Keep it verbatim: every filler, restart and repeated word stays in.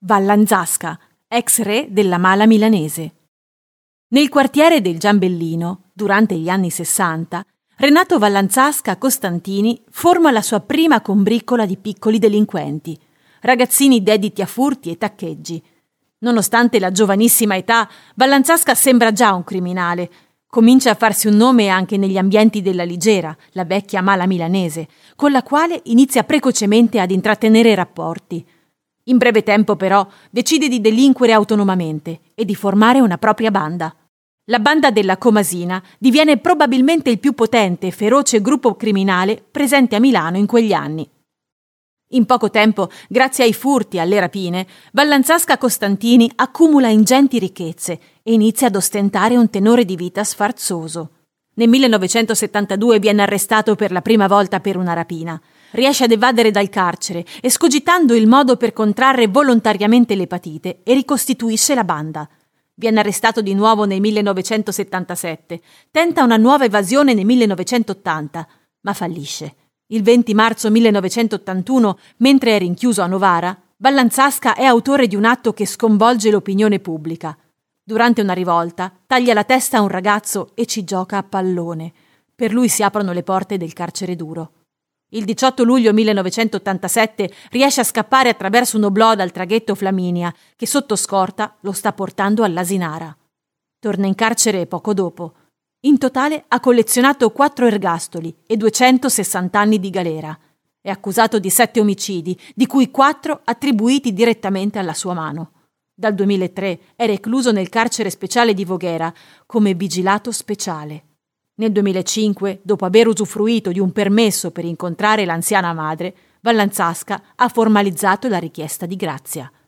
Vallanzasca, ex re della Mala milanese. Nel quartiere del Giambellino, durante gli anni sessanta, Renato Vallanzasca Costantini forma la sua prima combriccola di piccoli delinquenti, ragazzini dediti a furti e taccheggi. Nonostante la giovanissima età, Vallanzasca sembra già un criminale. Comincia a farsi un nome anche negli ambienti della Ligera, la vecchia Mala milanese, con la quale inizia precocemente ad intrattenere rapporti. In breve tempo, però, decide di delinquere autonomamente e di formare una propria banda. La banda della Comasina diviene probabilmente il più potente e feroce gruppo criminale presente a Milano in quegli anni. In poco tempo, grazie ai furti e alle rapine, Vallanzasca Costantini accumula ingenti ricchezze e inizia ad ostentare un tenore di vita sfarzoso. Nel millenovecentosettantadue viene arrestato per la prima volta per una rapina. Riesce ad evadere dal carcere, escogitando il modo per contrarre volontariamente l'epatite, e ricostituisce la banda. Viene arrestato di nuovo nel millenovecentosettantasette, tenta una nuova evasione nel millenovecentottanta, ma fallisce. Il venti marzo millenovecentottantuno, mentre è rinchiuso a Novara, Vallanzasca è autore di un atto che sconvolge l'opinione pubblica. Durante una rivolta, taglia la testa a un ragazzo e ci gioca a pallone. Per lui si aprono le porte del carcere duro. Il diciotto luglio millenovecentottantasette riesce a scappare attraverso un oblò dal traghetto Flaminia, che sotto scorta lo sta portando all'Asinara. Torna in carcere poco dopo. In totale ha collezionato quattro ergastoli e duecentosessanta anni di galera. È accusato di sette omicidi, di cui quattro attribuiti direttamente alla sua mano. Dal duemilatré è recluso nel carcere speciale di Voghera come vigilato speciale. Nel duemilacinque, dopo aver usufruito di un permesso per incontrare l'anziana madre, Vallanzasca ha formalizzato la richiesta di grazia.